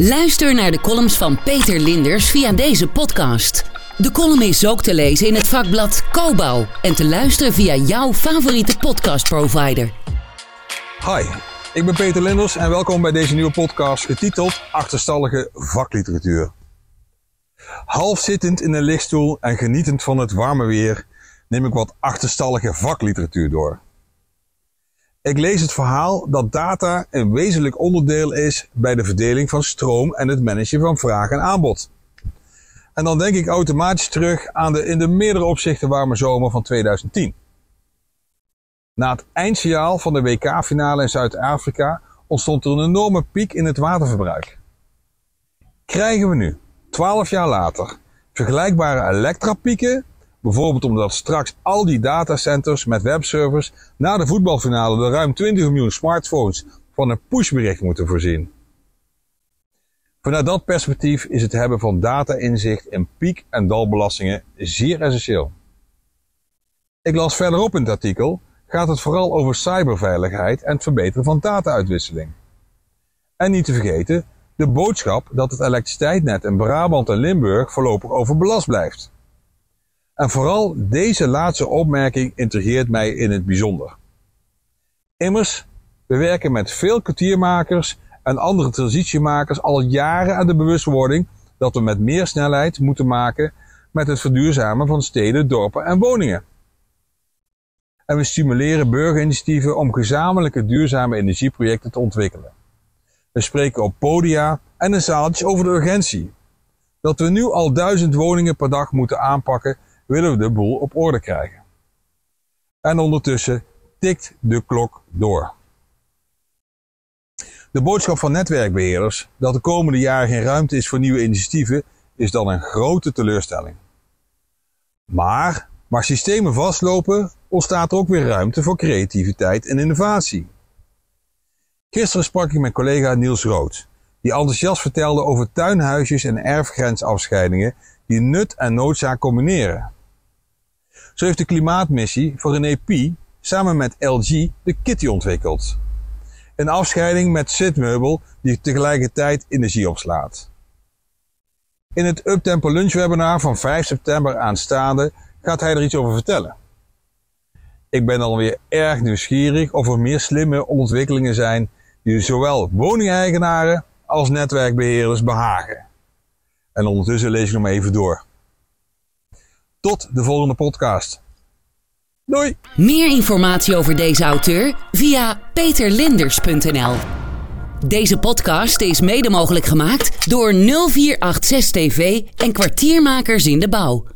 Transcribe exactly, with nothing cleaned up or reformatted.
Luister naar de columns van Peter Linders via deze podcast. De column is ook te lezen in het vakblad Koopbouw en te luisteren via jouw favoriete podcastprovider. Hi, ik ben Peter Linders en welkom bij deze nieuwe podcast getiteld Achterstallige vakliteratuur. Half zittend in een lichtstoel en genietend van het warme weer neem ik wat achterstallige vakliteratuur door. Ik lees het verhaal dat data een wezenlijk onderdeel is bij de verdeling van stroom en het managen van vraag en aanbod. En dan denk ik automatisch terug aan de in de meerdere opzichten warme zomer van tweeduizend tien. Na het eindsignaal van de W K-finale in Zuid-Afrika ontstond er een enorme piek in het waterverbruik. Krijgen we nu, twaalf jaar later, vergelijkbare elektrapieken? Bijvoorbeeld omdat straks al die datacenters met webservers na de voetbalfinale de ruim twintig miljoen smartphones van een pushbericht moeten voorzien. Vanuit dat perspectief is het hebben van data-inzicht in piek- en dalbelastingen zeer essentieel. Ik las verderop in het artikel gaat het vooral over cyberveiligheid en het verbeteren van data-uitwisseling. En niet te vergeten de boodschap dat het elektriciteitsnet in Brabant en Limburg voorlopig overbelast blijft. En vooral deze laatste opmerking intrigeert mij in het bijzonder. Immers, we werken met veel kwartiermakers en andere transitiemakers al jaren aan de bewustwording dat we met meer snelheid moeten maken met het verduurzamen van steden, dorpen en woningen. En we stimuleren burgerinitiatieven om gezamenlijke duurzame energieprojecten te ontwikkelen. We spreken op podia en in zaaltjes over de urgentie. Dat we nu al duizend woningen per dag moeten aanpakken, willen we de boel op orde krijgen. En ondertussen tikt de klok door. De boodschap van netwerkbeheerders dat de komende jaren geen ruimte is voor nieuwe initiatieven is dan een grote teleurstelling. Maar waar systemen vastlopen, ontstaat er ook weer ruimte voor creativiteit en innovatie. Gisteren sprak ik met collega Niels Rood, die enthousiast vertelde over tuinhuisjes en erfgrensafscheidingen die nut en noodzaak combineren. Zo heeft de klimaatmissie voor René Pie samen met L G de Kitty ontwikkeld. Een afscheiding met zitmeubel die tegelijkertijd energie opslaat. In het Uptempo lunchwebinar van vijf september aanstaande gaat hij er iets over vertellen. Ik ben alweer erg nieuwsgierig of er meer slimme ontwikkelingen zijn die zowel woningeigenaren als netwerkbeheerders behagen. En ondertussen lees ik nog maar even door. Tot de volgende podcast. Doei! Meer informatie over deze auteur via peter linders punt n l. Deze podcast is mede mogelijk gemaakt door nul vier acht zes T V en Kwartiermakers in de Bouw.